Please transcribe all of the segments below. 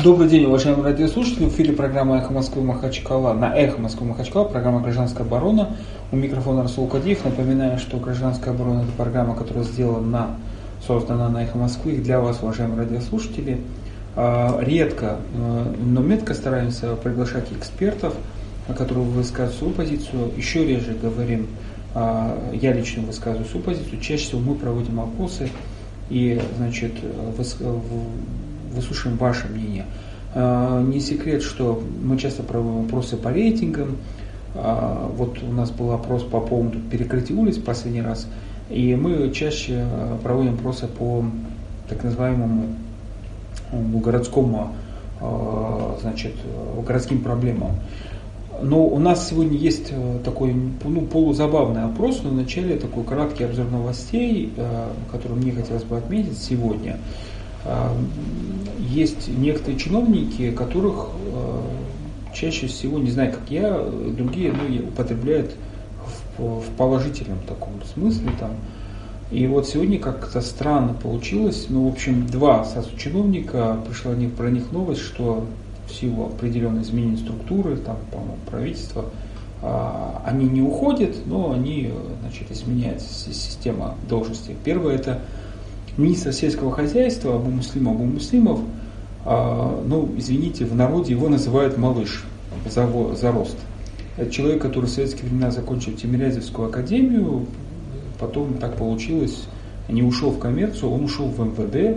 Добрый день, уважаемые радиослушатели. В эфире программа «Эхо Москвы Махачкала». На «Эхо Москвы Махачкала» программа «Гражданская оборона». У микрофона Расул Кадиев. Напоминаю, что «Гражданская оборона» – это программа, которая создана на «Эхо Москвы» и для вас, уважаемые радиослушатели. Редко, но метко стараемся приглашать экспертов, которые высказывают свою позицию. Еще реже говорим, я лично высказываю свою позицию. Чаще всего мы проводим опросы и, выслушаем ваше мнение. Не секрет, что мы часто проводим опросы по рейтингам. Вот у нас был опрос по поводу перекрытия улиц в последний раз. И мы чаще проводим опросы по так называемому городским проблемам. Но у нас сегодня есть такой полузабавный опрос, но вначале такой краткий обзор новостей, который мне хотелось бы отметить сегодня. Есть некоторые чиновники, которых чаще всего, не знаю, как я, другие употребляют в положительном таком смысле. И вот сегодня как-то странно получилось. Два чиновника, пришла про них новость, что в силу определенной изменения структуры, правительства, они не уходят, но они, изменяется система должности. Первое — это министр сельского хозяйства Абу Муслимов, извините, в народе его называют малыш за рост. Это человек, который в советские времена закончил Тимирязевскую академию, потом так получилось, не ушел в коммерцию, он ушел в МВД,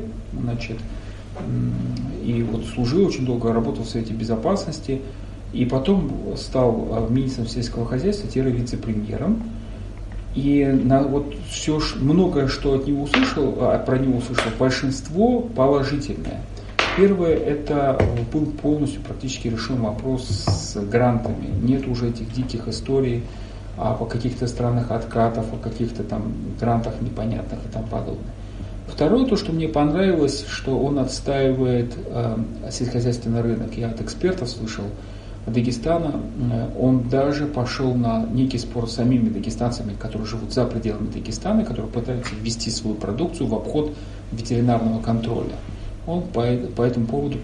и вот служил очень долго, работал в Совете Безопасности, и потом стал министром сельского хозяйства, вице-премьером. И многое, что про него услышал, большинство положительное. Первое — это был полностью практически решен вопрос с грантами. Нет уже этих диких историй по каких-то странных откатов, о каких-то грантах непонятных и тому подобное. Второе, то, что мне понравилось, что он отстаивает сельскохозяйственный рынок. Я от экспертов слышал, Дагестана, он даже пошел на некий спор с самими дагестанцами, которые живут за пределами Дагестана, которые пытаются ввести свою продукцию в обход ветеринарного контроля. Он по этому поводу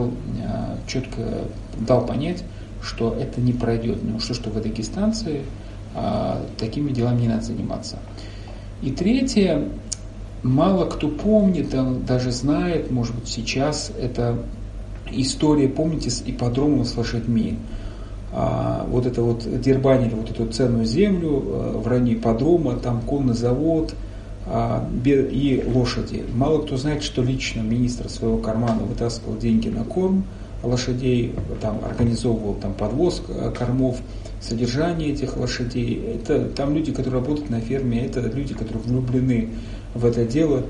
дал понять, что это не пройдет. Что вы дагестанцы, такими делами не надо заниматься. И третье, мало кто помнит, даже знает, может быть сейчас, это история, помните, с ипподромом с лошадьми. Дербанили эту ценную землю в районе ипподрома, конный завод и лошади. Мало кто знает, что лично министр своего кармана вытаскивал деньги на корм лошадей, организовывал подвоз кормов, содержание этих лошадей. Это люди, которые работают на ферме, это люди, которые влюблены в это дело.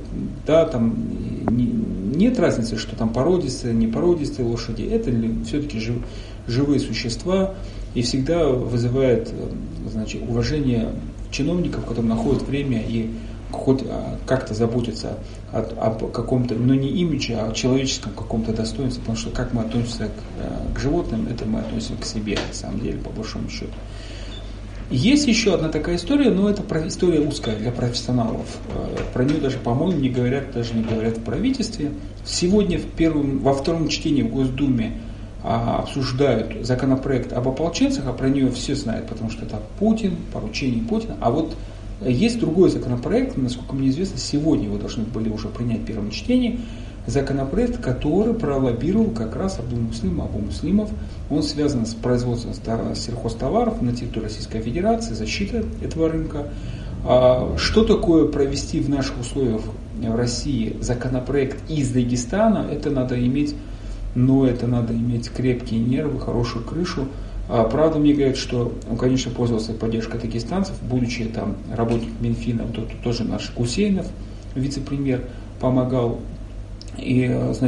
Нет разницы, что породистые, не породистые лошади. Это все-таки живые существа, и всегда вызывает уважение чиновников, которые находят время и хоть как-то заботятся о каком-то, не имидже, а о человеческом каком-то достоинстве, потому что как мы относимся к животным, это мы относимся к себе, на самом деле, по большому счету. Есть еще одна такая история, но это история узкая для профессионалов. Про нее даже, по-моему, не говорят в правительстве. Сегодня во втором чтении в Госдуме обсуждают законопроект об ополченцах, а про нее все знают, потому что это поручение Путина. А вот есть другой законопроект, насколько мне известно, сегодня его должны были уже принять в первом чтении. Законопроект, который пролоббировал как раз Абу Муслимов. Он связан с производством сельхозтоваров на территории Российской Федерации, защитой этого рынка. Что такое провести в наших условиях в России законопроект из Дагестана? Это надо иметь крепкие нервы, хорошую крышу. Правда, мне говорят, что он, конечно, пользовался поддержкой дагестанцев, будучи работник Минфина, тоже наш Гусейнов, вице-премьер, помогал. И,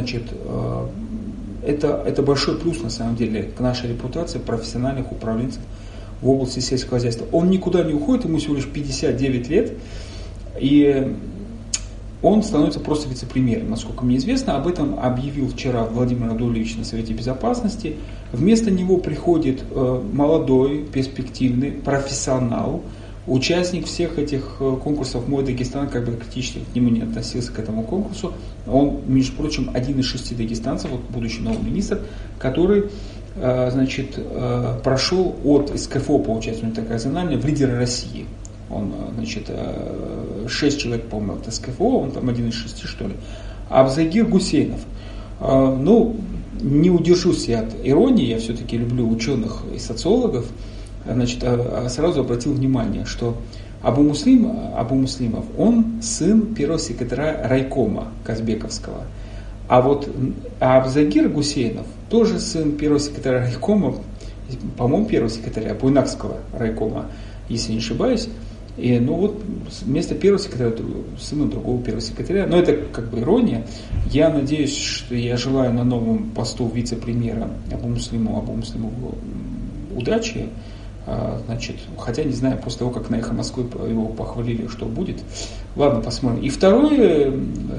это большой плюс, на самом деле, к нашей репутации профессиональных управленцев в области сельского хозяйства. Он никуда не уходит, ему всего лишь 59 лет, и он становится просто вице-премьером, насколько мне известно. Об этом объявил вчера Владимир Адольевич на Совете Безопасности. Вместо него приходит молодой, перспективный профессионал, Участник всех этих конкурсов «Мой Дагестан», как бы критически к нему не относился, к этому конкурсу, он, между прочим, один из 6 дагестанцев, вот будущий новый министр, который, значит, прошел от СКФО, получается, у него такая зональная, в лидеры России. Он, значит, 6 человек, по-моему, от СКФО, он там один из 6, что ли. Абзагир Гусейнов. Ну, не удержусь я от иронии, я все-таки люблю ученых и социологов. Значит, сразу обратил внимание, что Абу Муслимов, он сын первого секретаря райкома Казбековского. А вот Абзагир Гусейнов тоже сын первого секретаря райкома, по-моему, первого секретаря Буйнакского райкома, если не ошибаюсь. И, ну вот, вместо первого секретаря, сына другого первого секретаря. Но это как бы ирония. Я надеюсь, что я желаю на новом посту вице-премьера Абу Муслимову удачи. Значит, хотя не знаю, после того, как на «Эхо Москвы» его похвалили, что будет. Ладно, посмотрим. И вторая,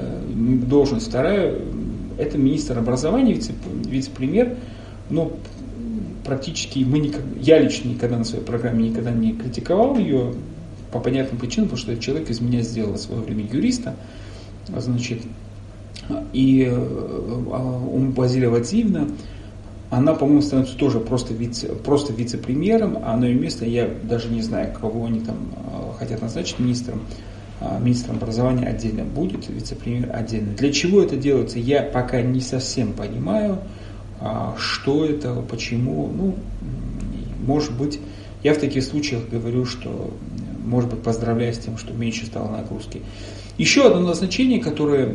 это министр образования, вице-премьер. Но практически я лично никогда на своей программе никогда не критиковал ее по понятным причинам, потому что этот человек из меня сделал в свое время юриста. Значит, и Базилия Вадзиевна, она, по-моему, становится тоже просто вице-премьером, а на ее место я даже не знаю, кого они там хотят назначить министром образования отдельно будет, вице-премьер отдельно. Для чего это делается, я пока не совсем понимаю, что это, почему. Ну, может быть, я в таких случаях говорю, что, может быть, поздравляю с тем, что меньше стало нагрузки. Еще одно назначение, которое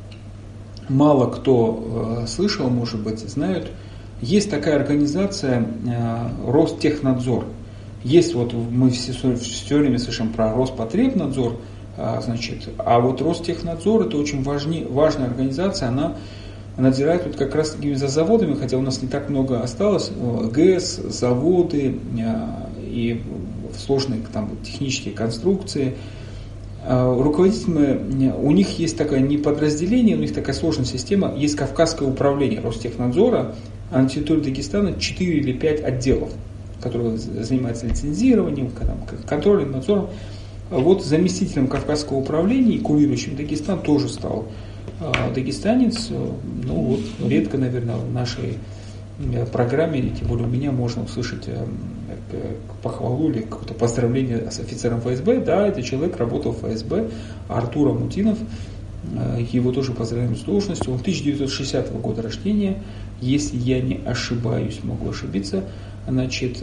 мало кто слышал, может быть, знают. Есть такая организация Ростехнадзор. Есть вот, мы все время слышим про Роспотребнадзор, значит, а вот Ростехнадзор это очень важная организация, она надзирает вот как раз таки за заводами, хотя у нас не так много осталось, ГЭС, заводы и сложные там технические конструкции. Руководителями, у них есть такое не подразделение, у них такая сложная система, есть Кавказское управление Ростехнадзора, а на территории Дагестана 4 или 5 отделов, которые занимаются лицензированием, контролем, надзором. Вот заместителем Кавказского управления и курирующим Дагестан тоже стал дагестанец. Ну вот, редко, наверное, в нашей программе, тем более у меня можно услышать похвалу или какое-то поздравление с офицером ФСБ. Да, этот человек работал в ФСБ, Артур Амутинов. Его тоже поздравляем с должностью. Он 1960 года рождения, если я не ошибаюсь, могу ошибиться. Значит,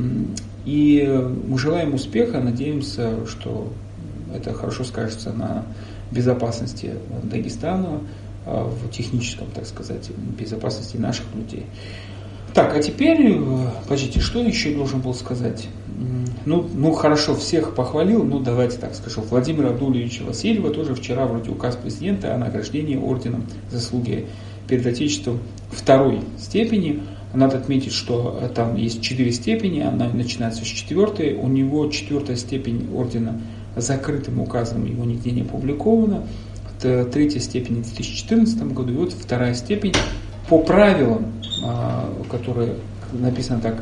и мы желаем успеха, надеемся, что это хорошо скажется на безопасности Дагестана, в техническом, так сказать, безопасности наших людей. Так, а теперь, подождите, что еще должен был сказать? Ну хорошо, всех похвалил, давайте так скажу. Владимира Абдулловича Васильева тоже вчера вроде указ президента о награждении орденом заслуги перед Отечеством 2 степени. Надо отметить, что там есть 4 степени, она начинается с 4. У него 4 степень ордена закрытым указом, его нигде не опубликовано. 3 степень в 2014 году, и вот 2 степень по правилам, которые написано так,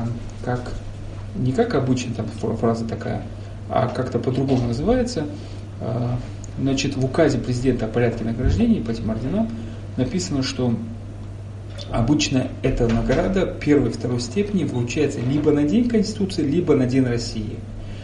не как обычно, там фраза такая, а как-то по-другому называется. Значит, в указе президента о порядке награждения по этим орденам написано, что обычно эта награда 1 и 2 степени вручается либо на День Конституции, либо на День России.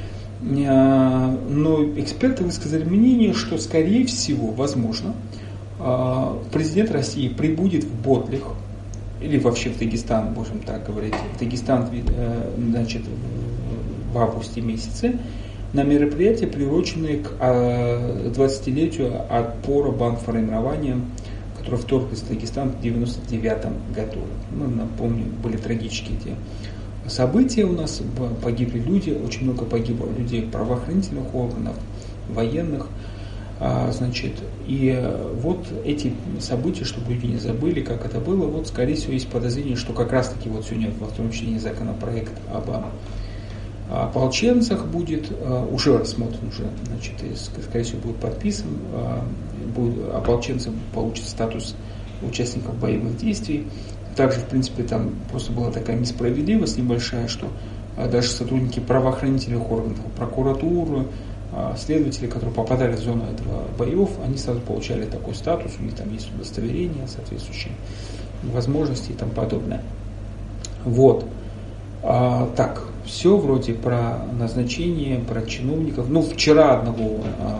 Но эксперты высказали мнение, что, скорее всего, возможно, президент России прибудет в Ботлих, или вообще в Дагестан, можем так говорить, в Дагестан, значит, в августе месяце, на мероприятие, приуроченное к 20-летию отпора бандформирования, которое вторглось в Дагестан в 1999 году. Напомню, были трагические эти события у нас, погибли люди, очень много погибло людей правоохранительных органов, военных. Значит, и вот эти события, чтобы люди не забыли, как это было, вот, скорее всего, есть подозрение, что как раз-таки вот сегодня во втором чтении законопроект об ополченцах будет, уже рассмотрен, значит, и, скорее всего, будет подписан, ополченцы получат статус участников боевых действий. Также, в принципе, там просто была такая несправедливость небольшая, что даже сотрудники правоохранительных органов, прокуратуры, следователи, которые попадали в зону этого боев, они сразу получали такой статус, у них там есть удостоверение, соответствующие возможности и тому подобное. Вот. Так, все вроде про назначение, про чиновников. Ну, вчера одного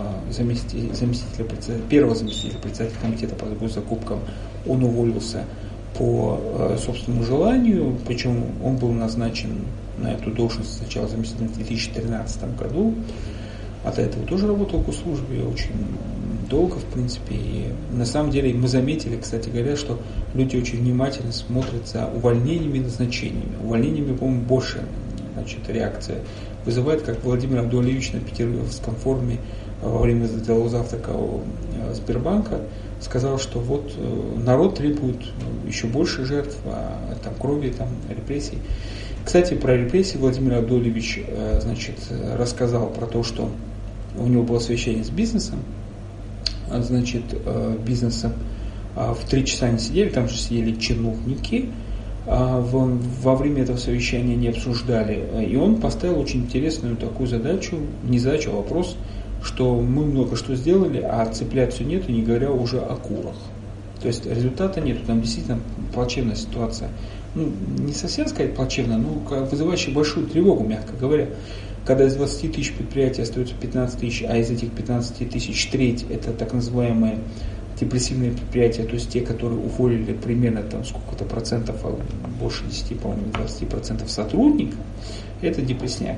первого заместителя председателя комитета по госзакупкам, он уволился по собственному желанию, причем он был назначен на эту должность сначала заместителем в 2013 году, а до этого тоже работал в госслужбе очень долго, в принципе. И на самом деле мы заметили, кстати говоря, что люди очень внимательно смотрят за увольнениями и назначениями. Увольнениями, по-моему, больше реакция вызывает, как Владимир Абдуалиевич на Петербургском форуме во время завтрака у Сбербанка сказал, что вот народ требует еще больше жертв, там, крови, там, репрессий. Кстати, про репрессии Владимир Абдуалиевич рассказал про то, что у него было совещание с бизнесом, в 3 часа они сидели, там же сидели чиновники, во время этого совещания не обсуждали, и он поставил очень интересную такую задачу, не задачу, а вопрос, что мы много что сделали, а цыплят все нету, не говоря уже о курах. То есть результата нету, там действительно плачевная ситуация. Ну, не совсем сказать плачевная, но вызывающая большую тревогу, мягко говоря. Когда из 20 тысяч предприятий остается 15 тысяч, а из этих 15 тысяч треть это так называемые депрессивные предприятия, то есть те, которые уволили примерно там сколько-то процентов, а больше 10, по-моему, 20% сотрудников, это депрессняк.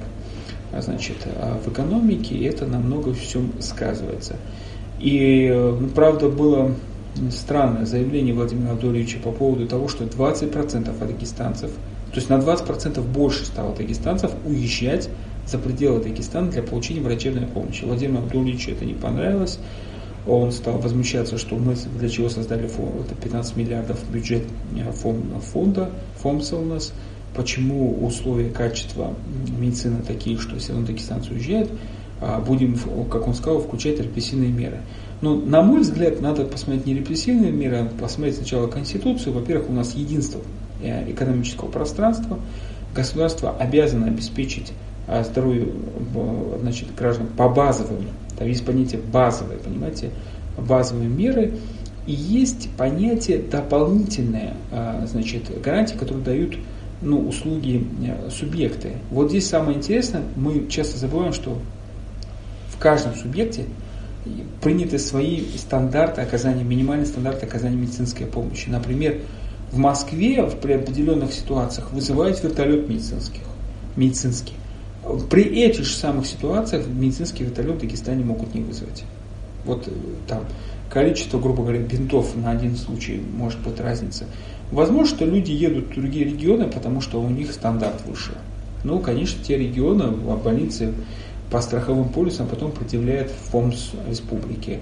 А в экономике это намного всем сказывается. И, правда, было странное заявление Владимира Абдуалиевича по поводу того, что 20% дагестанцев, то есть на 20% больше стало дагестанцев уезжать за пределы Дагестана для получения врачебной помощи. Владимиру Абдуалиевичу это не понравилось. Он стал возмущаться, что мы для чего создали фонд, это 15 миллиардов бюджет фонда, ФОМСа у нас, почему условия качества медицины такие, что все равно дагестанцы уезжают, будем, как он сказал, включать репрессивные меры. Но, на мой взгляд, надо посмотреть не репрессивные меры, а посмотреть сначала Конституцию. Во-первых, у нас единство экономического пространства, государство обязано обеспечить здоровье граждан по базовым, там есть понятие базовые, понимаете, базовые меры, и есть понятие дополнительные, гарантии, которые дают услуги субъекты. Вот здесь самое интересное, мы часто забываем, что в каждом субъекте приняты свои стандарты оказания, минимальные стандарты оказания медицинской помощи. Например, в Москве при определенных ситуациях вызывают вертолет медицинский. При этих же самых ситуациях медицинский вертолет в Дагестане могут не вызвать. Вот там количество, грубо говоря, бинтов на один случай может быть разница. Возможно, что люди едут в другие регионы, потому что у них стандарт выше. Ну, конечно, те регионы, больницы по страховым полисам потом предъявляют ФОМС республики.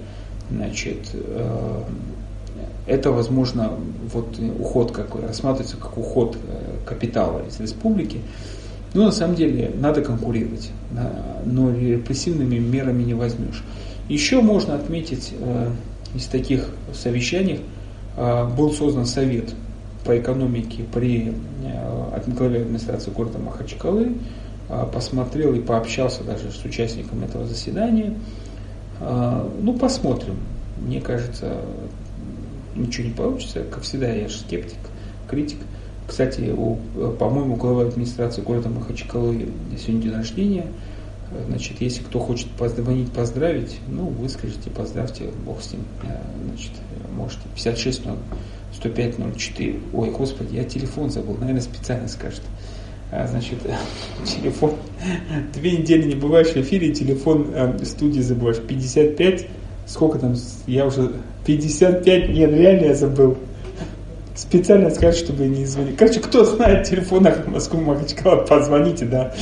Это, возможно, уход рассматривается как уход капитала из республики. Но на самом деле надо конкурировать, но репрессивными мерами не возьмешь. Еще можно отметить, из таких совещаний был создан совет по экономике при главе администрации города Махачкалы, посмотрел и пообщался даже с участниками этого заседания. Посмотрим. Мне кажется, ничего не получится. Как всегда, я же скептик, критик. Кстати, по-моему, глава администрации города Махачкалы сегодня день рождения. Если кто хочет позвонить, поздравить, выскажите, поздравьте, бог с ним. Можете 56 105 04. Ой, господи, я телефон забыл, наверное, специально скажет. Телефон. 2 недели не бываешь в эфире, телефон студии забываешь. 55, сколько там, я уже 55, нет, реально я забыл. Специально скажут, чтобы не звонить. Короче, кто знает телефон Москвы, Махачкала, позвоните, да.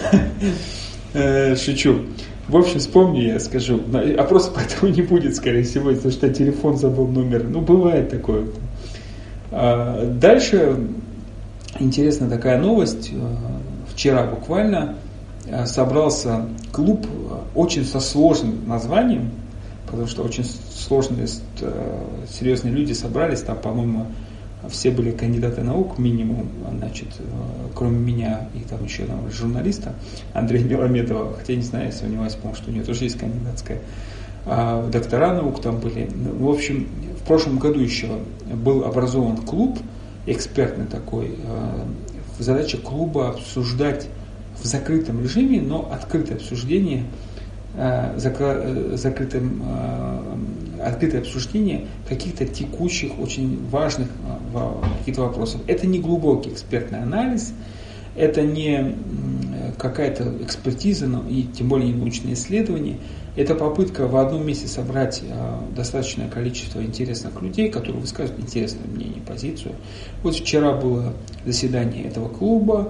Шучу. В общем, вспомню, я скажу. Опроса поэтому не будет, скорее всего, потому что телефон забыл номер. Бывает такое. Дальше интересная такая новость. Вчера буквально собрался клуб очень со сложным названием, потому что очень сложные, серьезные люди собрались. Там, по-моему, все были кандидаты наук, минимум, значит, кроме меня и там еще одного журналиста, Андрея Меломедова, хотя не знаю, я сомневаюсь, потому что у него тоже есть кандидатская. Доктора наук там были. В общем, в прошлом году еще был образован клуб, экспертный такой. Задача клуба обсуждать в закрытом режиме, но открытое обсуждение, открытое обсуждение каких-то текущих, очень важных каких-то вопросов. Это не глубокий экспертный анализ, это не какая-то экспертиза, но и тем более не научное исследование. Это попытка в одном месте собрать достаточное количество интересных людей, которые высказывают интересное мнение, позицию. Вот вчера было заседание этого клуба,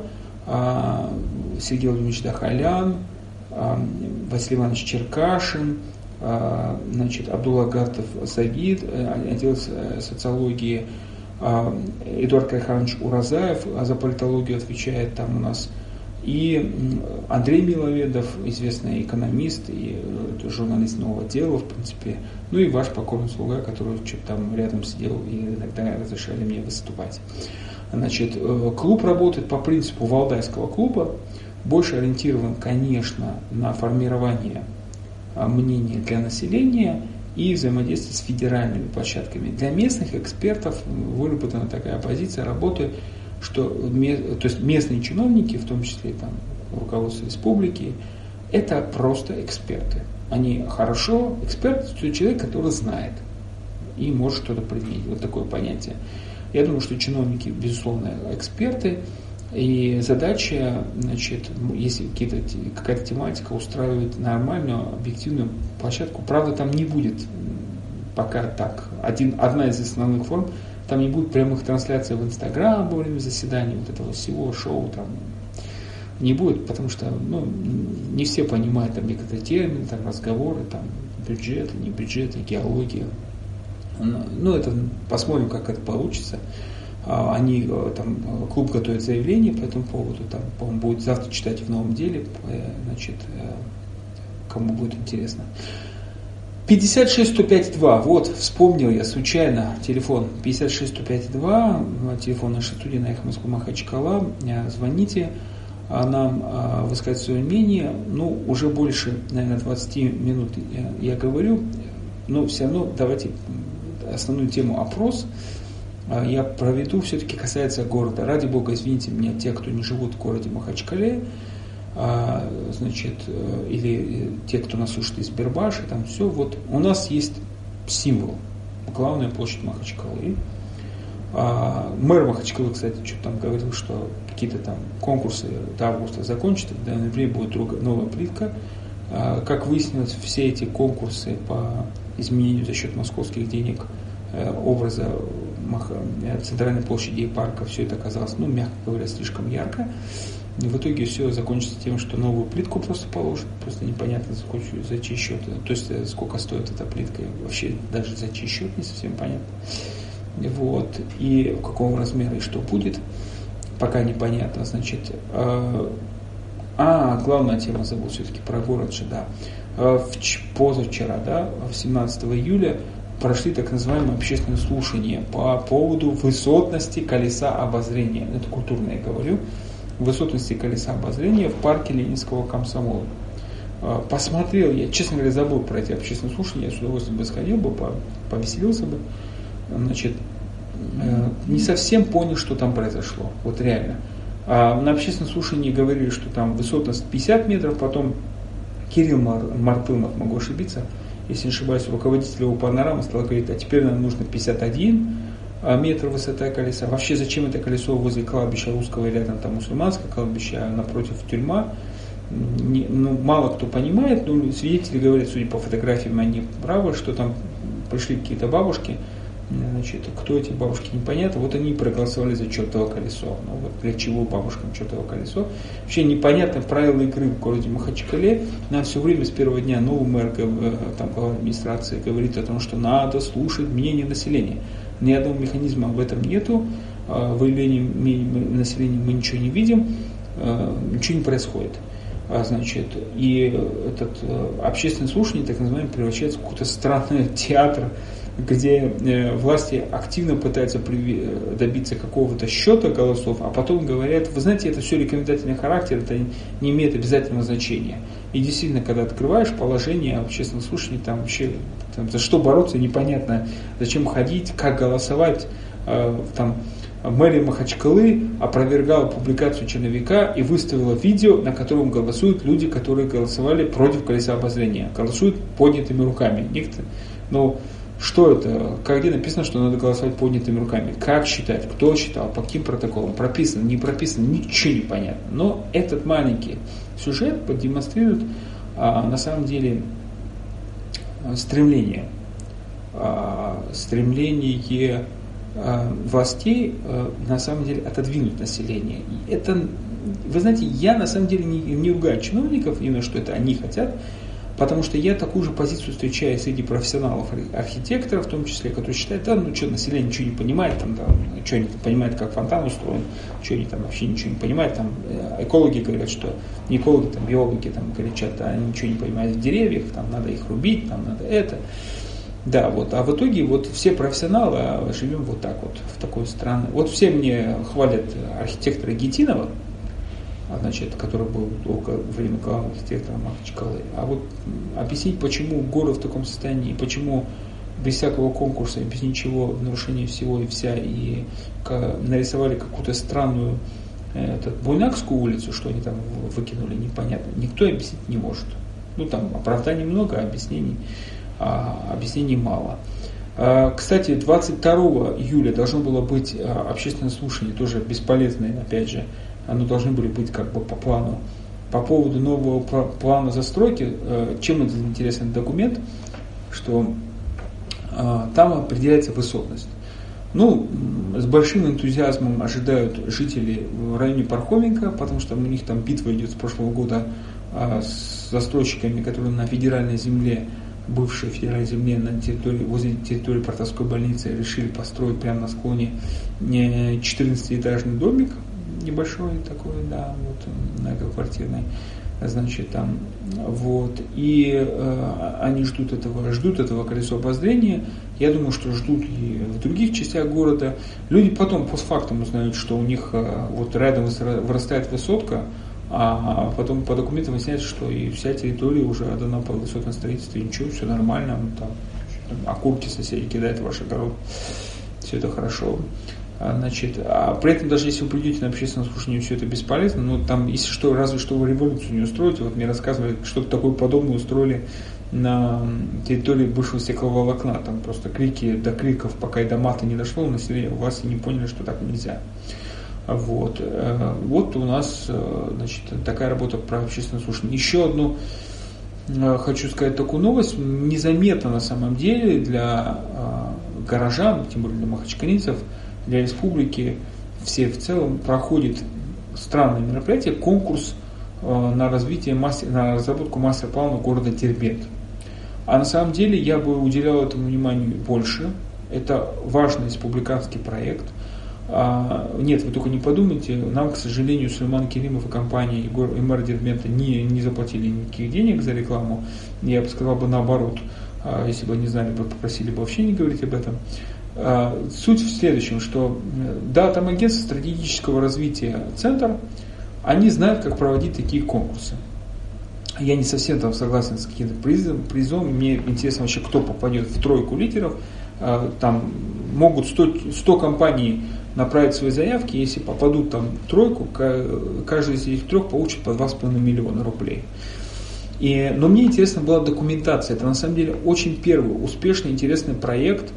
Сергей Владимирович Дахалян, Василий Иванович Черкашин, значит, Абдуллагатов Сагид, отдел социологии, Эдуард Кайханович Уразаев за политологию отвечает там у нас, и Андрей Миловедов, известный экономист и журналист Нового дела, в принципе, ну и ваш покорный слуга, который что-то там рядом сидел и иногда разрешали мне выступать. Значит, клуб работает по принципу Валдайского клуба, больше ориентирован, конечно, на формирование мнения для населения и взаимодействие с федеральными площадками. Для местных экспертов выработана такая позиция работы, что то есть местные чиновники, в том числе там, руководство республики, это просто эксперты. Они хорошо, эксперт – это человек, который знает и может что-то предвидеть. Вот такое понятие. Я думаю, что чиновники, безусловно, эксперты, и задача, значит, если какая-то тематика, устраивает нормальную, объективную площадку. Правда, там не будет пока так. Одна из основных форм, там не будет прямых трансляций в Инстаграм во время заседаний, вот этого всего шоу там не будет, потому что не все понимают там некоторые термины, там разговоры, там бюджеты, не бюджеты, геология. Это посмотрим, как это получится. Они там, клуб готовит заявление по этому поводу, там, по-моему, будет завтра читать в Новом деле, значит, кому будет интересно. 56-105-2, вот, вспомнил я случайно телефон 56-105-2, телефон нашей студии на Эхо Москвы Махачкала, звоните нам, высказать свое мнение, уже больше, наверное, 20 минут я говорю, но все равно давайте основную тему опрос я проведу, все-таки касается города. Ради Бога, извините меня, те, кто не живут в городе Махачкале, значит, или те, кто нас слушает из Бербаши, там все, вот у нас есть символ, главная площадь Махачкалы. Мэр Махачкалы, кстати, что-то там говорил, что какие-то там конкурсы до августа закончатся, в ноябре будет новая плитка. Как выяснилось, все эти конкурсы по изменению за счет московских денег образа центральной площади и парка, все это оказалось, мягко говоря, слишком ярко. И в итоге все закончится тем, что новую плитку просто положат, просто непонятно за чей счет, то есть сколько стоит эта плитка, вообще даже за чей счет не совсем понятно. Вот. И какого размера и что будет, пока непонятно. Значит, главная тема, забыл все-таки про город же, да. Позавчера, да, 17 июля прошли так называемые общественные слушания по поводу высотности колеса обозрения. Это культурно я говорю. Высотности колеса обозрения в парке Ленинского комсомола. Посмотрел, я, честно говоря, забыл про эти общественные слушания, я с удовольствием бы сходил бы, повеселился бы. Значит, не совсем понял, что там произошло. Вот реально. На общественном слушании говорили, что там высотность 50 метров, потом Кирилл Мартынов, могу ошибиться, если не ошибаюсь, руководитель его панорамы стал говорить, а теперь нам нужно 51 метр высота колеса. Вообще, зачем это колесо возле кладбища русского, рядом там мусульманское кладбище, а напротив тюрьма? Мало кто понимает, но свидетели говорят, судя по фотографиям, они правы, что там пришли какие-то бабушки, значит, кто эти бабушки, непонятно, вот они проголосовали за чертово колесо. Вот для чего бабушкам чертово колесо? Вообще непонятно правила игры в городе Махачкале. Нам все время с первого дня новый мэр, там, глава администрации говорит о том, что надо слушать мнение населения. Ни одного механизма в этом нету, выявления мнения населения мы ничего не видим, ничего не происходит. Значит, и этот общественное слушание, так называемый, превращается в какой-то странный театр где власти активно пытаются добиться какого-то счета голосов, а потом говорят, вы знаете, это все рекомендательный характер, это не имеет обязательного значения. И действительно, когда открываешь положение общественных слушаний, там вообще за что бороться непонятно, зачем ходить, как голосовать, там мэрия Махачкалы опровергала публикацию черновика и выставила видео, на котором голосуют люди, которые голосовали против колеса обозрения. Голосуют поднятыми руками. Но что это? Где написано, что надо голосовать поднятыми руками? Как считать? Кто считал? По каким протоколам? Прописано? Не прописано? Ничего не понятно. Но этот маленький сюжет продемонстрирует на самом деле стремление властей на самом деле отодвинуть население. И это, вы знаете, я на самом деле не ругаю чиновников, именно что это они хотят, потому что я такую же позицию встречаю среди профессионалов, архитекторов в том числе, которые считают, население ничего не понимает, что они там понимают, как фонтан устроен, что они там вообще ничего не понимают, там экологи говорят, что не экологи, там биологи там кричат, они ничего не понимают в деревьях, там надо их рубить, там надо это. Да, а в итоге все профессионалы живем вот так вот, в такой стране. Вот все мне хвалят архитектора Гитинова, который был долгое время главным архитектором Махачкалы. А вот объяснить, почему город в таком состоянии, почему без всякого конкурса, без ничего, в нарушении всего и вся, и нарисовали какую-то странную Буйнакскую улицу, что они там выкинули, непонятно. Никто объяснить не может. Там оправданий много, объяснений мало. Кстати, 22 июля должно было быть общественное слушание, тоже бесполезное, опять же, оно должны были быть как бы по плану. По поводу нового плана застройки, чем это интересный документ, что там определяется высотность. С большим энтузиазмом ожидают жители в районе Пархоменко, потому что у них там битва идет с прошлого года с застройщиками, которые на федеральной земле, бывшей федеральной земле возле территории Портовской больницы решили построить прямо на склоне 14-этажный домик, небольшой такой, многоквартирный, и они ждут этого колесо обозрения. Я думаю, что ждут и в других частях города. Люди потом постфактум узнают, что у них рядом вырастает высотка, а потом по документам выясняется, что и вся территория уже отдана под высотное строительство, и ничего, все нормально, окурки соседи кидают в ваш огород, все это хорошо. А при этом, даже если вы придете на общественное слушание, все это бесполезно, если что, разве что вы революцию не устроите. Вот мне рассказывали, что-то такое подобное устроили на территории бывшего стекловолокна, там просто крики до криков, пока и до мата не дошло, население у вас и не поняли, что так нельзя. Вот у нас, такая работа про общественное слушание. Еще одну хочу сказать такую новость, незаметно на самом деле для горожан, тем более для махачкалинцев, для республики, все в целом проходит странное мероприятие, конкурс на разработку мастер-плана города Дербент. А на самом деле я бы уделял этому вниманию больше. Это важный республиканский проект. Нет, вы только не подумайте, нам, к сожалению, Сулейман Керимов и компания и мэр Дербента не заплатили никаких денег за рекламу. Я бы сказал наоборот, если бы они знали, попросили бы вообще не говорить об этом. Суть в следующем, что там агентство стратегического развития «Центр», они знают, как проводить такие конкурсы. Я не совсем согласен с каким-то призом, мне интересно вообще, кто попадет в тройку лидеров. Там могут 100 компаний направить свои заявки, если попадут в тройку, каждый из этих трех получит по 2,5 миллиона рублей. Но мне интересна была документация. Это на самом деле очень первый успешный, интересный проект,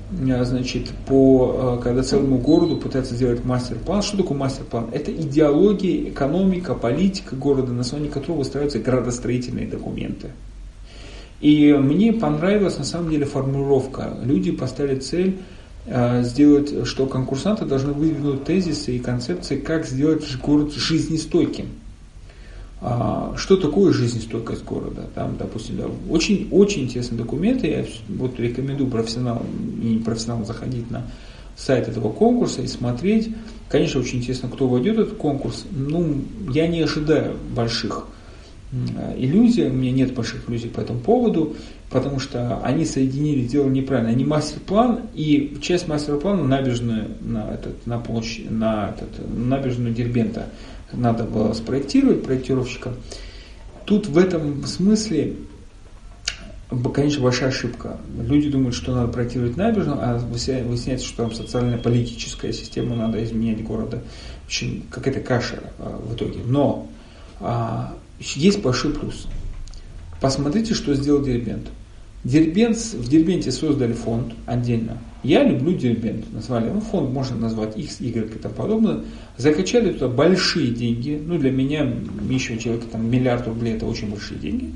когда целому городу пытаются сделать мастер-план. Что такое мастер-план? Это идеология, экономика, политика города, на основании которого выстраиваются градостроительные документы. И мне понравилась на самом деле формулировка. Люди поставили цель сделать, что конкурсанты должны выдвинуть тезисы и концепции, как сделать город жизнестойким. Что такое жизнестойкость города? Там, допустим, очень, очень интересные документы. Я рекомендую профессионалам и непрофессионалам заходить на сайт этого конкурса и смотреть. Конечно, очень интересно, кто войдет в этот конкурс. Я не ожидаю больших иллюзия, у меня нет больших иллюзий по этому поводу, потому что они соединили, сделали неправильно. Они мастер-план, и часть мастер-плана набережную на площадь, набережную Дербента надо было спроектировать проектировщикам. Тут в этом смысле, конечно, большая ошибка. Люди думают, что надо проектировать набережную, а выясняется, что там социально-политическая система, надо изменять города. В общем, какая-то каша в итоге. Но есть большой плюс. Посмотрите, что сделал Дербент. В Дербенте создали фонд отдельно. Я люблю Дербент. Назвали, фонд можно назвать X, Y и тому подобное. Закачали туда большие деньги. Для меня, нищего человека, $1 миллиард рублей, это очень большие деньги.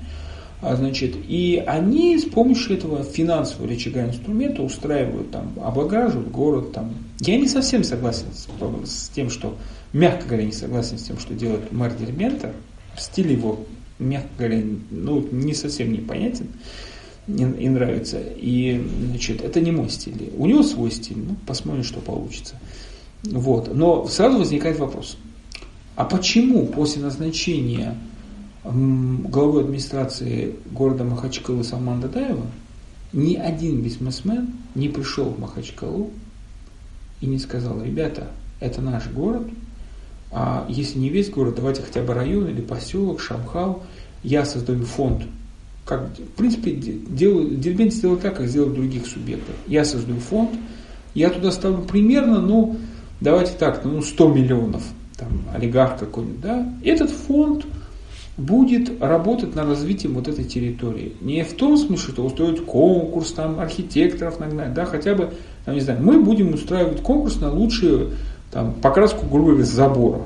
И они с помощью этого финансового рычага инструмента устраивают, облагаживают город. Я не совсем согласен с тем, что, мягко говоря, не согласен с тем, что делает мэр Дербента. Стиль его, мягко говоря, не совсем непонятен и нравится. И, это не мой стиль. У него свой стиль. Посмотрим, что получится. Но сразу возникает вопрос. А почему после назначения главой администрации города Махачкалы Салмана Дадаева ни один бизнесмен не пришел в Махачкалу и не сказал: ребята, это наш город, а если не весь город, давайте хотя бы район или поселок, Шамхал, я создаю фонд. В принципе, Дербент сделал так, как сделали в других субъектах. Я создаю фонд, я туда ставлю примерно, давайте так, 100 миллионов, олигарх какой-нибудь, да. Этот фонд будет работать на развитие этой территории. Не в том смысле, что устроить конкурс, архитекторов нагнать, да, хотя бы, мы будем устраивать конкурс на лучшую покраску, грубо говоря, забора,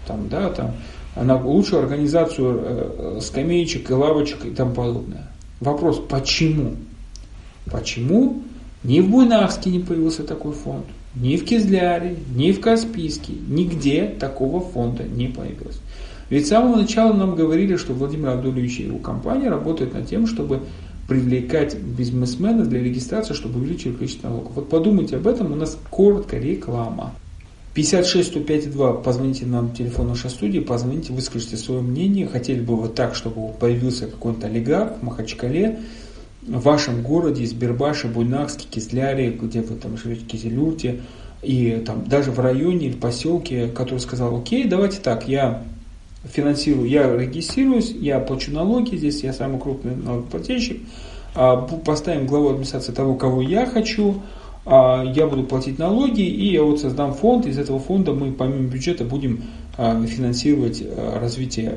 на лучшую организацию скамеечек и лавочек и тому подобное. Вопрос, почему? Почему ни в Буйнакске не появился такой фонд, ни в Кизляре, ни в Каспийске, нигде такого фонда не появилось. Ведь с самого начала нам говорили, что Владимир Абдулевич и его компания работают над тем, чтобы привлекать бизнесменов для регистрации, чтобы увеличить количество налогов. Подумайте об этом, у нас коротко реклама. 56-105-2, позвоните нам в телефон нашей студии, позвоните, выскажите свое мнение. Хотели бы вы так, чтобы появился какой-то олигарх в Махачкале, в вашем городе, Избербаше, Буйнакске, Кизляре, где вы живете, Кизилюрте, и даже в районе или поселке, который сказал: окей, давайте так, я финансирую, я регистрируюсь, я плачу налоги, здесь я самый крупный налогоплательщик, поставим главу администрации того, кого я хочу, я буду платить налоги, и я создам фонд, из этого фонда мы помимо бюджета будем финансировать развитие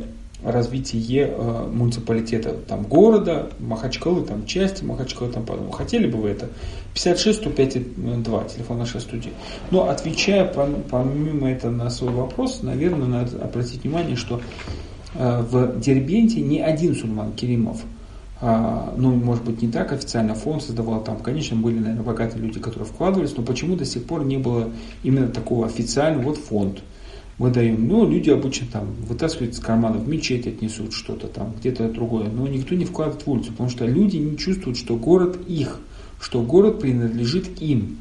муниципалитета, города, Махачкалы, части Махачкалы, подобное. Хотели бы вы это? 56-105-2, телефон нашей студии. Но отвечая помимо этого на свой вопрос, наверное, надо обратить внимание, что в Дербенте ни один Сулейман Керимов, может быть, не так официально фонд создавал, конечно, были, наверное, богатые люди, которые вкладывались, но почему до сих пор не было именно такого официального фонд мы даем. Люди обычно вытаскивают из кармана, в мечеть отнесут что-то где-то другое, но никто не вкладывает в улицу, потому что люди не чувствуют, что город их, что город принадлежит им.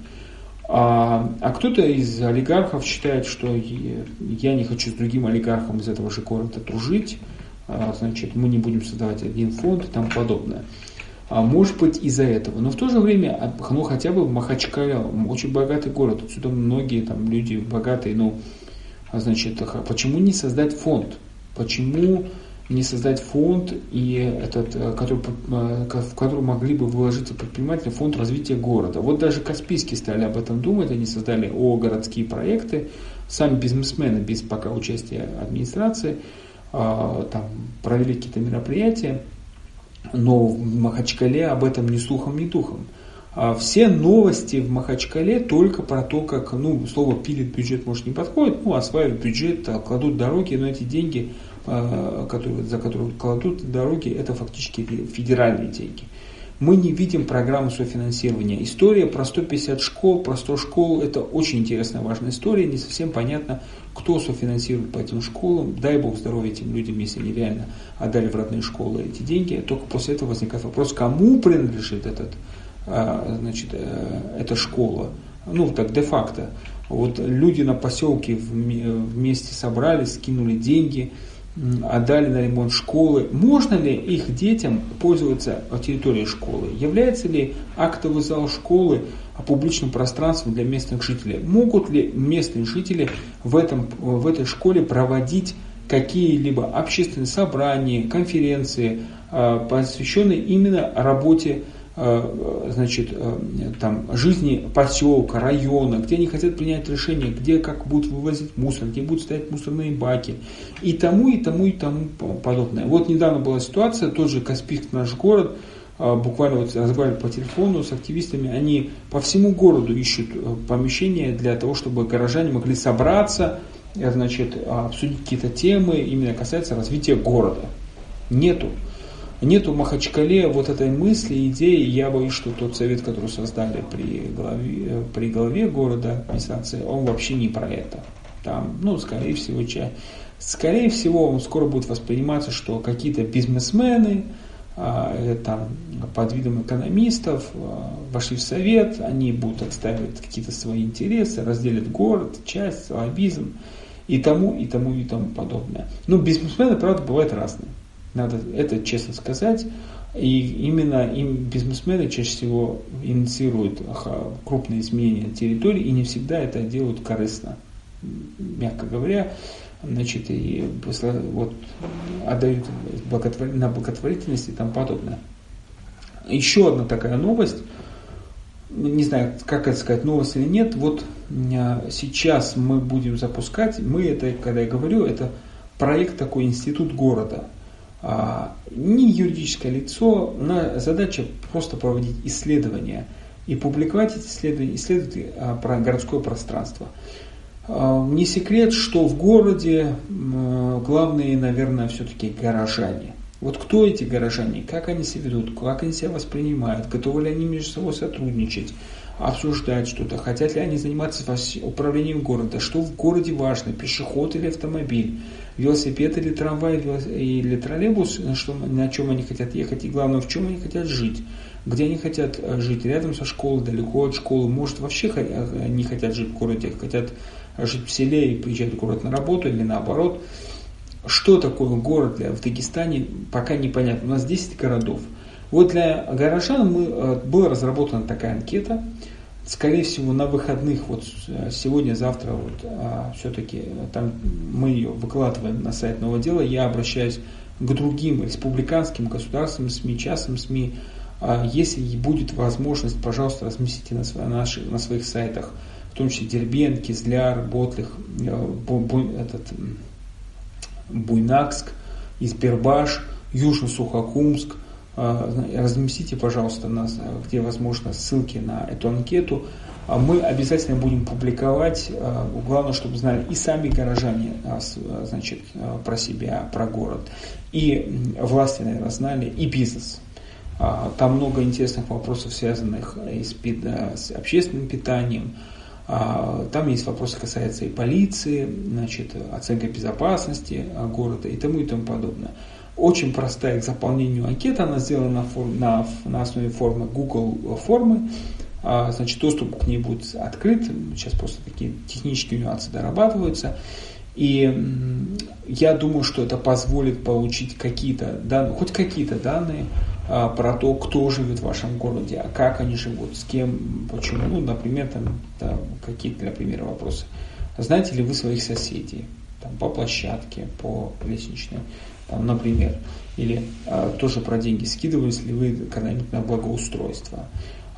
А кто-то из олигархов считает, что я не хочу с другим олигархом из этого же города дружить, мы не будем создавать один фонд и тому подобное. Может быть, из-за этого. Но в то же время, хотя бы в Махачкале, очень богатый город, отсюда многие люди богатые, почему не создать фонд? Почему не создать фонд, в который могли бы вложиться предприниматели, фонд развития города? Даже Каспийские стали об этом думать, они создали городские проекты, сами бизнесмены без пока участия администрации, провели какие-то мероприятия, но в Махачкале об этом ни слухом, ни духом. Все новости в Махачкале только про то, как, слово пилит бюджет, может, не подходит, осваивают бюджет, кладут дороги, но эти деньги, за которые кладут дороги, это фактически федеральные деньги. Мы не видим программу софинансирования. История про 150 школ, про 100 школ, это очень интересная, важная история, не совсем понятно, кто софинансирует по этим школам. Дай Бог здоровья этим людям, если они реально отдали в родные школы эти деньги. Только после этого возникает вопрос, кому принадлежит эта школа. де-факто. Люди на поселке вместе собрались, скинули деньги, отдали на ремонт школы. Можно ли их детям пользоваться территорией школы? Является ли актовый зал школы публичным пространством для местных жителей? Могут ли местные жители в этой школе проводить какие-либо общественные собрания, конференции, посвященные именно работе, жизни поселка, района, где они хотят принять решение, где как будут вывозить мусор, где будут стоять мусорные баки и тому подобное. Вот недавно была ситуация, тот же Каспийск, наш город, буквально вот разговаривали по телефону с активистами, они по всему городу ищут помещения для того, чтобы горожане могли собраться, обсудить какие-то темы, именно касается развития города. Нету в Махачкале вот этой мысли, идеи. Я боюсь, что тот совет, который создали при главе города, администрации, он вообще не про это. Там, скорее всего, он скоро будет восприниматься, что какие-то бизнесмены, под видом экономистов вошли в совет, они будут отстаивать какие-то свои интересы, разделят город, часть, лоббизм и тому подобное. Но бизнесмены, правда, бывают разные. Надо это честно сказать. И именно бизнесмены чаще всего инициируют крупные изменения территории, и не всегда это делают корыстно, мягко говоря. И отдают на благотворительность и тому подобное. Еще одна такая новость. Не знаю, как это сказать, новость или нет. Вот сейчас мы будем запускать, когда я говорю, это проект такой, институт города. Не юридическое лицо, задача просто проводить исследования и публиковать эти исследования про городское пространство. Не секрет, что в городе главные, наверное, все-таки горожане. Вот кто эти горожане, как они себя ведут, как они себя воспринимают, готовы ли они между собой сотрудничать, обсуждать что-то, хотят ли они заниматься управлением города, что в городе важно, пешеход или автомобиль, велосипед или трамвай или троллейбус, на чем они хотят ехать и главное, в чем они хотят жить, где они хотят жить, рядом со школой, далеко от школы, может вообще не хотят жить в городе, хотят жить в селе и приезжать в город на работу или наоборот. Что такое город в Дагестане, пока непонятно. У нас 10 городов. Вот для горожан была разработана такая анкета. Скорее всего, на выходных, вот сегодня-завтра, все-таки там мы ее выкладываем на сайт Нового дела. Я обращаюсь к другим республиканским, государственным СМИ, частным СМИ. Если будет возможность, пожалуйста, разместите на своих сайтах, в том числе Дербент, Кизляр, Ботлих, Буйнакск, Избербаш, Южно-Сухокумск. Разместите, пожалуйста, где возможно, ссылки на эту анкету. Мы обязательно будем публиковать. Главное, чтобы знали и сами горожане, про себя, про город. И власти, наверное, знали, и бизнес. Там много интересных вопросов, связанных с общественным питанием. Там есть вопросы, касаются и полиции, оценка безопасности города и тому подобное. Очень простая к заполнению анкета, она сделана на основе формы Google формы. Доступ к ней будет открыт. Сейчас просто такие технические нюансы дорабатываются. И я думаю, что это позволит получить какие-то данные, хоть какие-то данные про то, кто живет в вашем городе, а как они живут, с кем, почему. Например, какие-то для примера вопросы. Знаете ли вы своих соседей? По площадке, по лестничной, например. Или тоже про деньги. Скидывались ли вы когда-нибудь на благоустройство?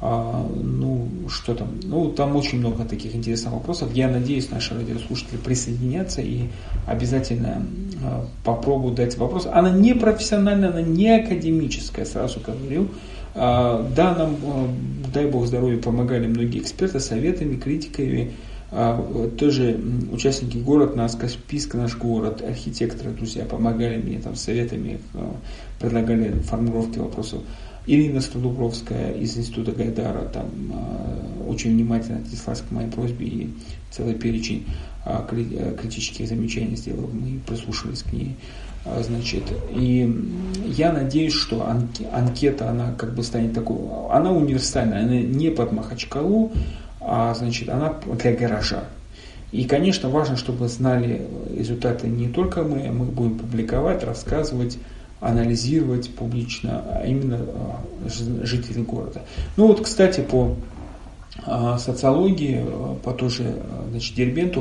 Там очень много таких интересных вопросов. Я надеюсь, наши радиослушатели присоединятся и обязательно попробуют дать вопрос. Она не профессиональная, она не академическая, сразу говорю. Да, нам, дай Бог здоровья, помогали многие эксперты советами, критиками. Тоже участники города, Каспийск, наш город, архитекторы, друзья, помогали мне советами, предлагали формулировки вопросов. Ирина Стодубровская из Института Гайдара очень внимательно отнеслась к моей просьбе и целый перечень критических замечаний сделала, мы прислушались к ней. И я надеюсь, что анкета, она станет такой, она универсальная, она не под Махачкалу, она для горожан. И, конечно, важно, чтобы знали результаты не только мы будем публиковать, рассказывать, анализировать публично, а именно жители города. Ну вот, кстати, по социологии, по тоже, значит, Дербенту,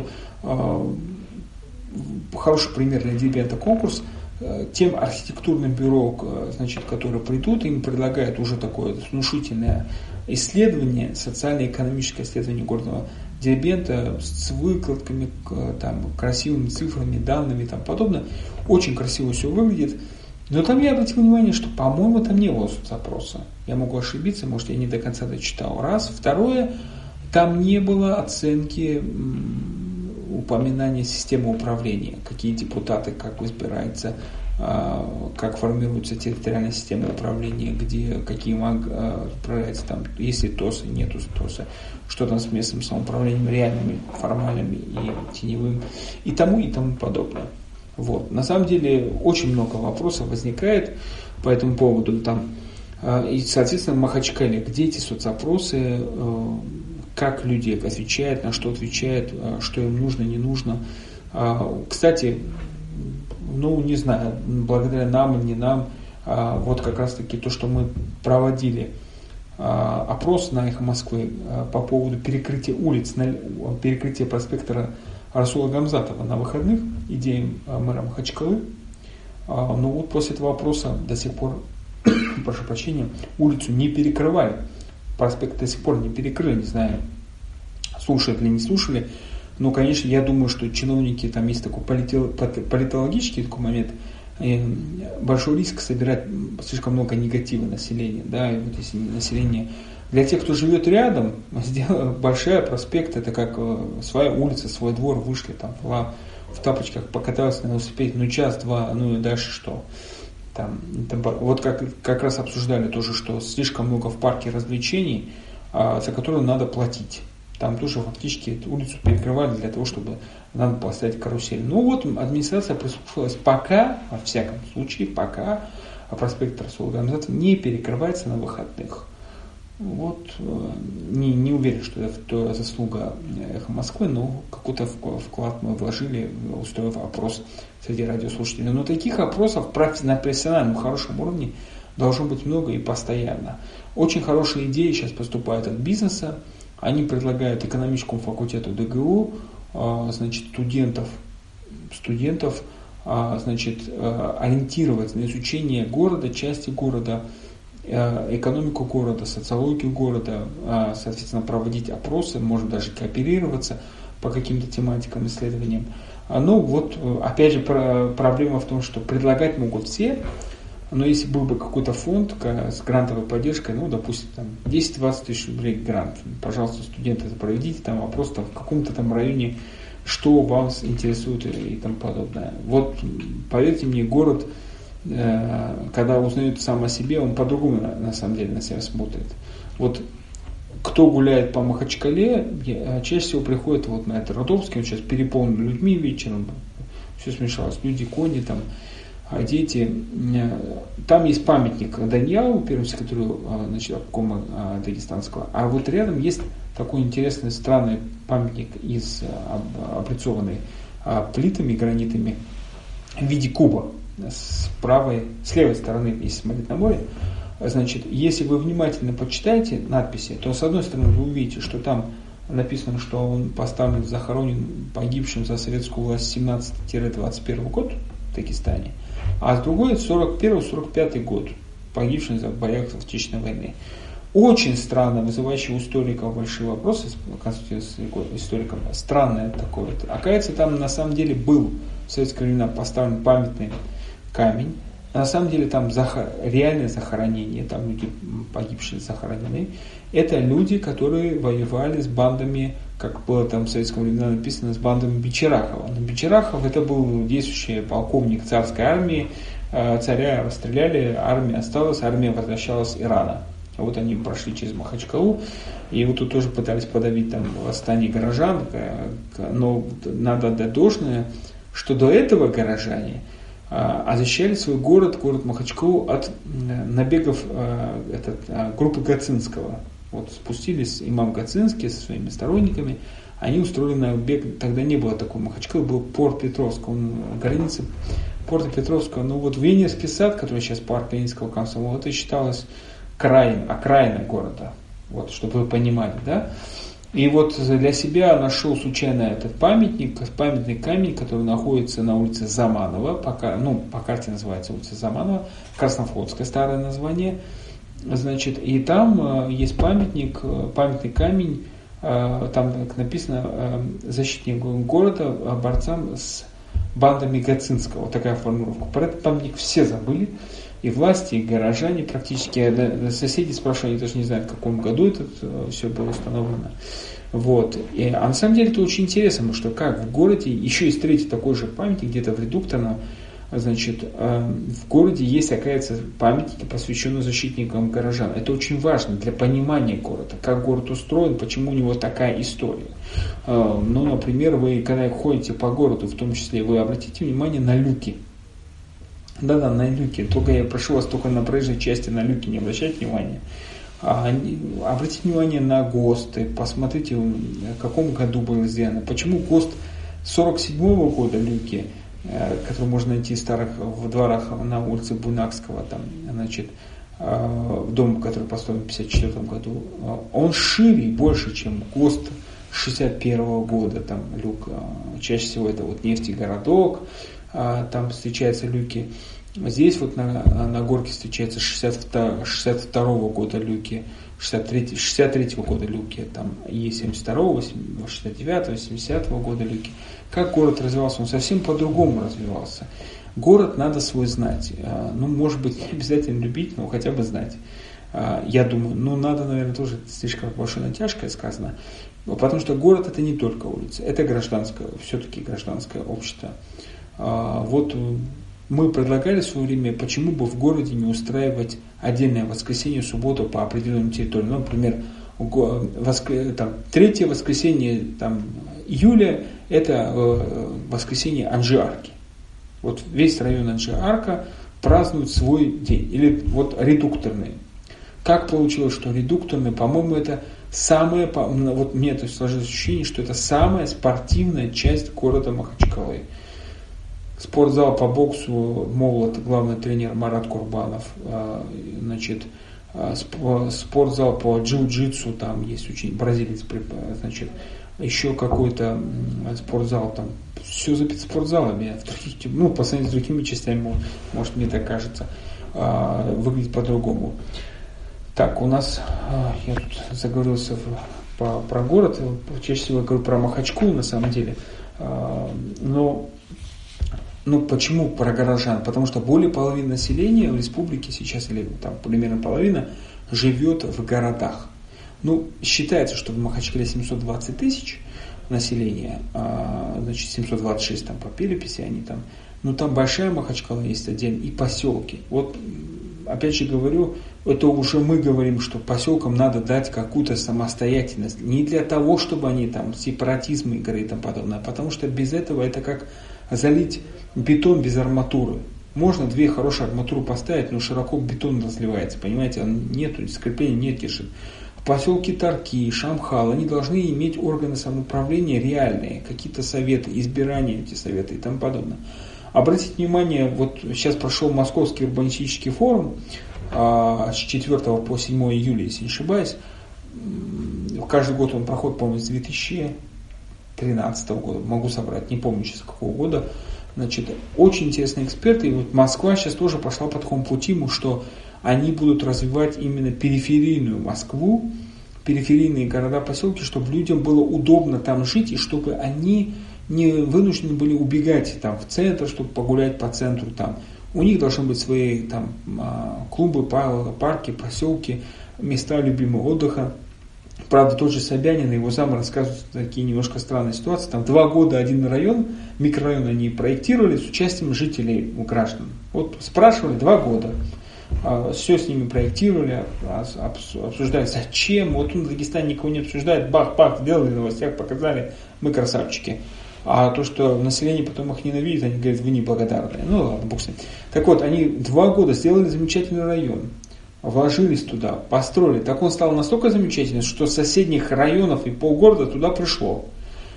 хороший пример для Дербента конкурс. Тем архитектурным бюро, значит, которые придут, им предлагают уже такое внушительное исследование, социально-экономическое исследование города Дербента с выкладками, там, красивыми цифрами, данными и тому подобное. Очень красиво все выглядит. Но там я обратил внимание, что, по-моему, там не было соцопроса. Я могу ошибиться, может, я не до конца дочитал. Раз. Второе, там не было оценки упоминания системы управления, какие депутаты, как избираются, как формируется территориальная система управления, где какие управляются, там, есть ли ТОСы, нету ТОСа, что там с местным самоуправлением, реальными, формальными и теневым, и тому подобное. Вот. На самом деле очень много вопросов возникает по этому поводу. Там, и, соответственно, в Махачкале, где эти соцопросы, как люди отвечают, на что отвечают, что им нужно, не нужно. Кстати, ну не знаю, благодаря нам или не нам, вот как раз таки то, что мы проводили опрос на «Эхо Москвы» по поводу перекрытия улиц, перекрытия проспекта Расула Гамзатова на выходных, идеи мэра Махачкалы. Но вот после этого опроса до сих пор, прошу прощения, улицу не перекрывали. Проспект до сих пор не перекрыли, не знаю, слушали или не слушали. Но, конечно, я думаю, что чиновники, там есть такой политологический такой момент, большой риск собирать слишком много негатива населения. Да, и вот если население... Для тех, кто живет рядом, большая проспект, это как своя улица, свой двор, вышли там в тапочках, покатался на велосипеде, ну час-два, ну и дальше что? Там, вот как раз обсуждали тоже, что слишком много в парке развлечений, за которые надо платить. Там тоже фактически эту улицу перекрывали для того, чтобы надо поставить карусель. Ну вот администрация прислушалась, пока, во всяком случае, пока проспект Расула Гамзатова не перекрывается на выходных. Вот, не уверен, что это заслуга «Эхо Москвы», но какой-то вклад мы вложили, устроив опрос среди радиослушателей. Но таких опросов на профессиональном хорошем уровне должно быть много и постоянно. Очень хорошие идеи сейчас поступают от бизнеса. Они предлагают экономическому факультету ДГУ, значит, студентов значит, ориентировать на изучение города, части города, экономику города, социологию города, соответственно, проводить опросы, может даже кооперироваться по каким-то тематикам, исследованиям. Ну вот, опять же, проблема в том, что предлагать могут все, но если был бы какой-то фонд с грантовой поддержкой, ну, допустим, там 10-20 тысяч рублей грант, пожалуйста, студенты, проведите там вопрос там, в каком-то там районе, что вас интересует и тому подобное. Вот, поверьте мне, город, когда узнает сам о себе, он по-другому на самом деле на себя смотрит. Вот кто гуляет по Махачкале, чаще всего приходит вот на это Родовский, он сейчас переполнен людьми вечером, все смешалось, люди, кони там, дети. Там есть памятник Даньялу, первому секретарю, значит, обкома дагестанского, а вот рядом есть такой интересный, странный памятник облицованный плитами гранитами в виде куба. С левой стороны, если смотреть на море, значит, если вы внимательно почитаете надписи, то с одной стороны вы увидите, что там написано, что он поставлен, захоронен погибшим за советскую власть 17-21 год в Дагестане, а с другой 41-45 год, погибшим в боях Отечественной войны. Очень странно, вызывающий у историков большие вопросы, консультируясь с историком, странное такое. Оказывается, там на самом деле был в советское время поставлен памятный камень. На самом деле там реальное захоронение, там люди погибшие захоронены. Это люди, которые воевали с бандами, как было там в советском времени написано, с бандами Бичерахова. Но Бичерахов это был действующий полковник царской армии, царя расстреляли, армия осталась, армия возвращалась из Ирана. Вот они прошли через Махачкалу, и вот тут тоже пытались подавить там восстание горожан, но надо отдать должное, что до этого горожане защищали свой город Махачкалу от набегов группы Гацинского. Вот спустились имам Гацинский со своими сторонниками, они устроили набег, тогда не было такого Махачкалы, был порт Петровск, он граница порта Петровского, ну вот Венерский сад, который сейчас парк Ленинского комсомола, это считалось окраиной города, вот, чтобы вы понимали, да. И вот для себя нашел случайно этот памятный камень, который находится на улице Заманова, по карте называется улица Заманова, Краснофлотское старое название, значит, и там есть памятный камень, там написано «Защитник города борцам с бандами Гацинского», вот такая формулировка. Про этот памятник все забыли, и власти, и горожане практически, соседи спрашивали, они даже не знают, в каком году это все было установлено. Вот. А на самом деле это очень интересно, потому что как в городе, еще есть третий такой же памятник, где-то в Редукторном, значит, в городе есть, оказывается, памятники, посвященные защитникам горожан. Это очень важно для понимания города, как город устроен, почему у него такая история. Ну, например, вы, когда ходите по городу, в том числе, вы обратите внимание на люки. Да, на люки. Только я прошу вас только на проезжей части на люки не обращать внимания. Обратите внимание на ГОСТы, посмотрите, в каком году было сделано. Почему ГОСТ 47-го года люки, который можно найти в дворах на улице Буйнакского, там, значит, дом, который построен в 1954 году, он шире и больше, чем ГОСТ 61-го года, там люк, чаще всего это вот нефтегородок, там встречаются люки. Здесь вот на горке встречаются 62-го года люки, 63-го года люки, там и 72-го, 69-го, 70-го года люки. Как город развивался? Он совсем по-другому развивался. Город надо свой знать. Ну, может быть, не обязательно любить, но хотя бы знать. Я думаю, надо, наверное, тоже слишком большое натяжкое сказано. Потому что город это не только улица, это гражданское, все-таки гражданское общество. Вот мы предлагали в свое время, почему бы в городе не устраивать отдельное воскресенье, субботу по определенной территории. Ну, например, третье воскресенье июля это воскресенье Анжи-Арки. Вот весь район Анжи-Арка празднует свой день. Или вот редукторный. Как получилось, что редукторный, по-моему, это самое, вот мне это сложилось ощущение, что это самая спортивная часть города Махачкалы. Спортзал по боксу «Молот», главный тренер Марат Курбанов, значит, спортзал по джиу-джитсу, там есть бразилец, значит, еще какой-то спортзал, там все за спортзалами, по сравнению с другими частями, может, мне так кажется, выглядит по-другому. Так, у нас, я тут заговорился про город, чаще всего я говорю про Махачкалу на самом деле, но почему про горожан? Потому что более половины населения в республике сейчас, или там примерно половина, живет в городах. Считается, что в Махачкале 720 тысяч населения, значит 726 там по переписи они там. Там большая Махачкала есть отдельно и поселки. Вот опять же говорю, это уже мы говорим, что поселкам надо дать какую-то самостоятельность. Не для того, чтобы они там сепаратизм игры и тому подобное, потому что без этого это как залить бетон без арматуры. Можно две хорошие арматуры поставить, но широко бетон разливается, понимаете, нету скрепления, не тешит. В поселке Тарки, Шамхал, они должны иметь органы самоуправления реальные, какие-то советы, избирания эти советы и тому подобное. Обратите внимание, вот сейчас прошел Московский урбанистический форум с 4 по 7 июля, если не ошибаюсь. Каждый год он проходит, по-моему, с 2013 года, могу собрать, не помню сейчас какого года. Значит, очень интересные эксперты, и вот Москва сейчас тоже пошла по такому пути, что они будут развивать именно периферийную Москву, периферийные города, поселки, чтобы людям было удобно там жить, и чтобы они не вынуждены были убегать там, в центр, чтобы погулять по центру. Там. У них должны быть свои там, клубы, парки, поселки, места любимого отдыха. Правда, тот же Собянин и его зам рассказывают такие немножко странные ситуации. Там 2 года один район, микрорайон они проектировали с участием жителей, граждан. Вот спрашивали 2 года. Все с ними проектировали, обсуждали, зачем. Вот он в Дагестане никого не обсуждает. Бах-бах, сделали в новостях, показали, мы красавчики. А то, что население потом их ненавидит, они говорят, вы неблагодарные. Ладно, бог с ним. Так вот, они 2 года сделали замечательный район. Вложились туда, построили. Так он стал настолько замечательным, что с соседних районов и полгорода туда пришло.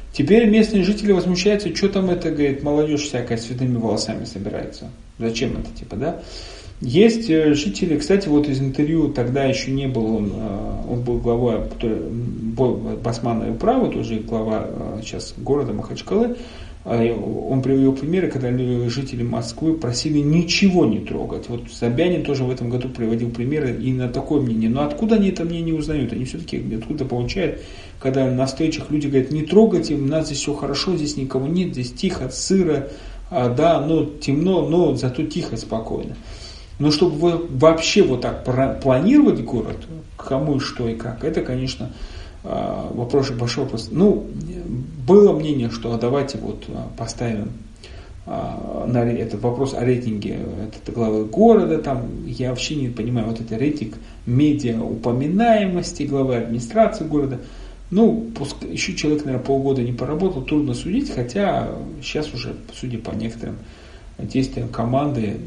Теперь местные жители возмущаются, что там это, говорит, молодежь всякая с цветными волосами собирается. Зачем это, типа, да? Есть жители, кстати, вот из интервью, тогда еще не был он был главой Басмановой управы, тоже глава сейчас города Махачкалы. Он привел примеры, когда жители Москвы просили ничего не трогать. Вот Собянин тоже в этом году приводил примеры именно такое мнение. Но откуда они это мнение узнают? Они все-таки откуда получают, когда на встречах люди говорят, не трогайте, у нас здесь все хорошо, здесь никого нет, здесь тихо, сыро, да, но темно, но зато тихо, спокойно. Но чтобы вообще вот так планировать город, кому и что и как, это, конечно, большой вопрос. Ну, было мнение, что давайте вот поставим на этот вопрос о рейтинге главы города. Там, я вообще не понимаю, вот это рейтинг медиа упоминаемости главы администрации города. Ну, еще человек, наверное, полгода не поработал, трудно судить, хотя сейчас уже, судя по некоторым действиям команды,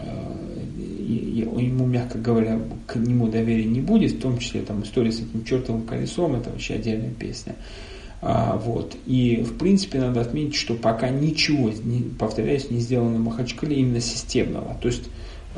ему, мягко говоря, к нему доверия не будет, в том числе там история с этим чертовым колесом, это вообще отдельная песня. Вот. И, в принципе, надо отметить, что пока ничего, повторяюсь, не сделано в Махачкале именно системного. То есть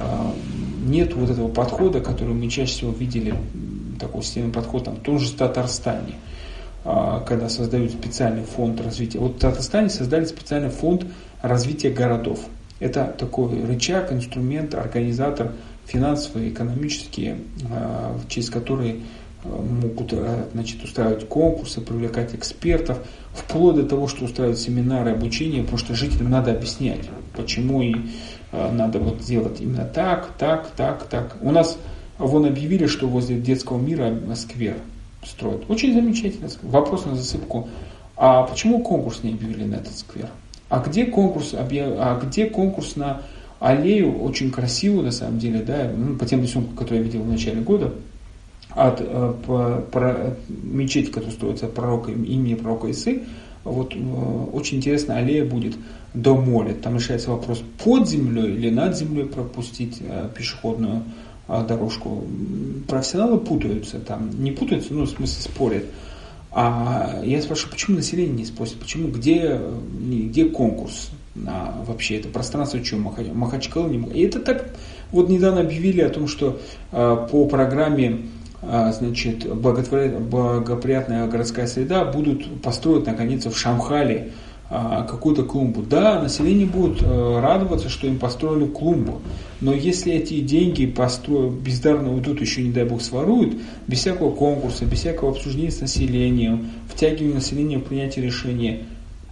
нет вот этого подхода, который мы чаще всего видели, такой системный подход там, в том же Татарстане, когда создают специальный фонд развития. Вот в Татарстане создали специальный фонд развития городов. Это такой рычаг, инструмент, организатор финансовый, экономический, через который могут, значит, устраивать конкурсы, привлекать экспертов, вплоть до того, что устраивать семинары, обучение, потому что жителям надо объяснять, почему и надо вот делать именно так. У нас вон объявили, что возле детского мира сквер строят. Очень замечательно. Вопрос на засыпку. А почему конкурс не объявили на этот сквер? А где конкурс на аллею, очень красивую на самом деле, да, по тем рисункам, которые я видел в начале года, от мечети, которая строится имени пророка Исы, вот очень интересная аллея будет до моря. Там решается вопрос, под землей или над землей пропустить пешеходную дорожку. Профессионалы путаются там, не путаются, ну в смысле спорят. А я спрашиваю, почему население не спросит, почему, где конкурс на вообще это пространство, что Махачкала не... И это так, вот недавно объявили о том, что по программе, значит, благоприятная городская среда будут построить наконец в Шамхале какую-то клумбу. Да, население будет радоваться, что им построили клумбу, но если эти деньги бездарно уйдут, еще не дай бог своруют, без всякого конкурса, без всякого обсуждения с населением, втягивания населения в принятие решения,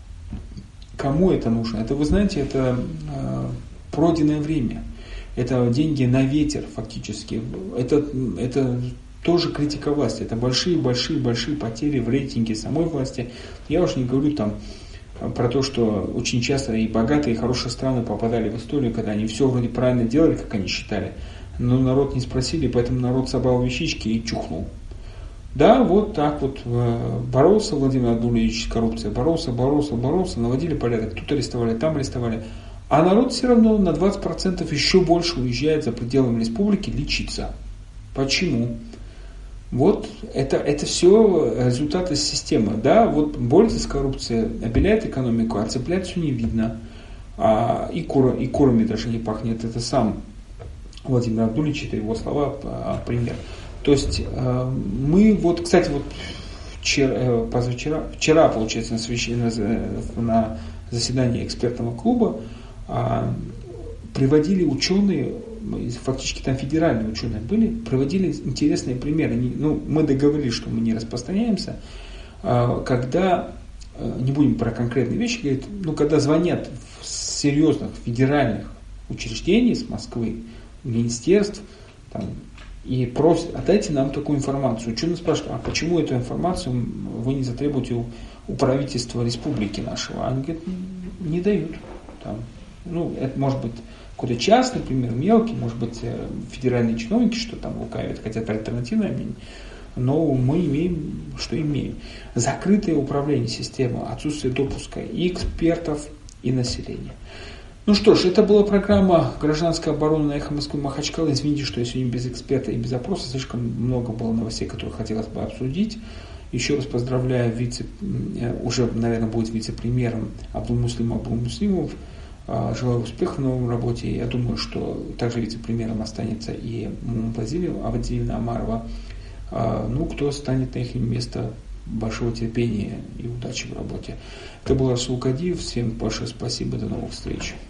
кому это нужно? Это, вы знаете, это пройденное время, это деньги на ветер фактически, это тоже критика власти, это большие потери в рейтинге самой власти. Я уж не говорю там про то, что очень часто и богатые, и хорошие страны попадали в историю, когда они все вроде правильно делали, как они считали, но народ не спросили, поэтому народ собрал вещички и чухнул. Да, вот так вот боролся Владимир Абдуллович с коррупцией, боролся, наводили порядок, тут арестовали, там арестовали, а народ все равно на 20% еще больше уезжает за пределами республики лечиться. Почему? Вот это все результаты системы. Да, вот борется с коррупцией, обеляет экономику, а цыплят все не видно. И курами даже не пахнет. Это сам Владимир Абдуллович, это его слова, пример. То есть мы вот, кстати, вот вчера, получается, на заседании экспертного клуба приводили ученые, фактически там федеральные ученые были, проводили интересные примеры. Мы договорились, что мы не распространяемся, когда, не будем про конкретные вещи говорить, когда звонят в серьезных федеральных учреждений с Москвы, министерств, там, и просят, отдайте нам такую информацию. Ученые спрашивают, а почему эту информацию вы не затребуете у правительства республики нашего? Они говорят, не дают. Там, это может быть какой-то частный пример, мелкий, может быть, федеральные чиновники, что там лукавят, хотят альтернативное мнение, но мы имеем, что имеем. Закрытое управление системой, отсутствие допуска и экспертов, и населения. Ну что ж, это была программа «Гражданская оборона» на Эхо Москвы Махачкала. Извините, что я сегодня без эксперта и без опроса, слишком много было новостей, которые хотелось бы обсудить. Еще раз поздравляю уже, наверное, будет вице-премьером Абдулмуслимов. Желаю успехов в новой работе. Я думаю, что также вице-премьером останется и Мумтазиль Авдиевна Омарова. Кто станет на их место, большого терпения и удачи в работе. Это был Расул Кадиев. Всем большое спасибо. До новых встреч.